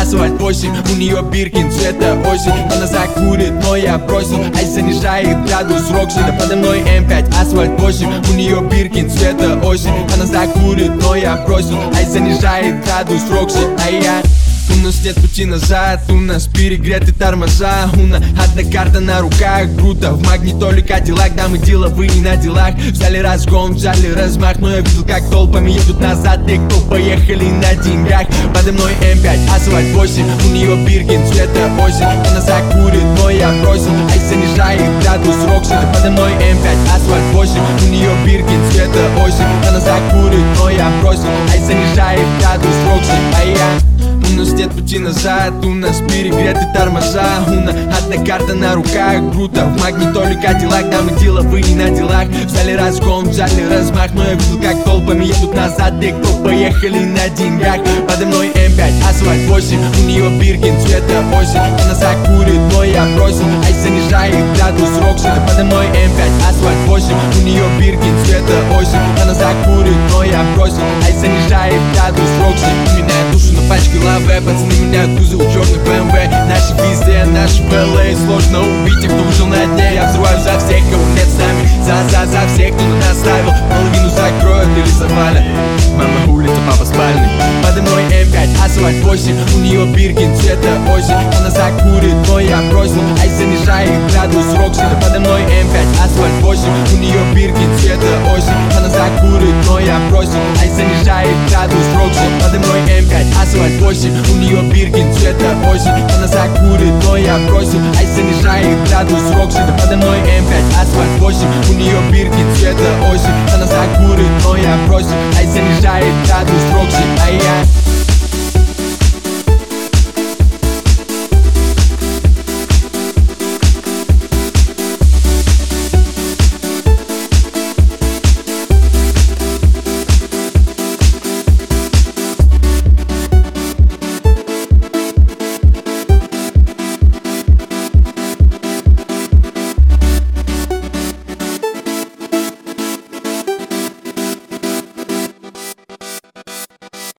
асфальт 8. У нее Биркин цвета осень. Она закурит, но я бросил. Ай, занижает градус Рокси. Да подо мной М5, асфальт 8. У нее Биркин цвета осень. Она закурит, но я бросил. Ай, занижает градус Рокси. Ай, я. У нас нет пути назад, у нас перегреты тормоза. У нас одна карта на руках, круто. В магнитоле Кадиллак, да мы деловые на делах. Взяли разгон, взяли размах, но я видел, как толпами едут назад. Те, кто поехали на деньгах. Подо мной М5, асфальт 8. У нее Биркин цвета осень. Она закурит, но я бросил. Ай, занижает градус Рокси. Да подо мной М5, асфальт 8. У нее Биркин цвета осень. Она закурит, но я бросил. Ай, занижает градус Рокси. Ай, я. У нас нет пути назад, у нас перегреты тормоза. У нас одна карта на руках, круто. В магнитоле Кадиллак, да мы деловые на делах. Взяли разгон, взяли размах, но я видел, как толпами едут назад. Те, кто поехали на деньгах. Подо мной М5, асфальт 8. У нее Биркин цвета осень. Она закурит, но я бросил. Ай, занижает градус Рокси. Да подо мной М5, асфальт 8. У нее Биркин цвета осень. Она закурит, но я бросил. Ай, занижает градус Рокси. У меня душу на пачке лавы. Пацаны меняют кузов, черный БМВ. Наши везде, наши БЛА. Сложно убить тех, кто выжил на дне. Я взрываю за всех, кого нет с нами. За всех, кто на нас ставил. Половину закроют или завалят. Мама улица, папа спальный. Подо мной М5, асфальт 8. У нее Биркин цвета осень. Она закурит, но я бросил. Ай, занижает градус Рокси. Да подо мной М5, асфальт 8. У нее Биркин цвета осень. Она закурит, но я бросил. Ай, занижает градус Рокси. Подо мной М5, асфальт 8. У нее Биркин цвета осень. Она закурит, но я бросил. Ай, занижает градус Рокси. Да подо мной М5, асфальт 8. У нее Биркин цвета осень. Она закурит, но я бросил. Ай, занижает градус Рокси. Ай, я.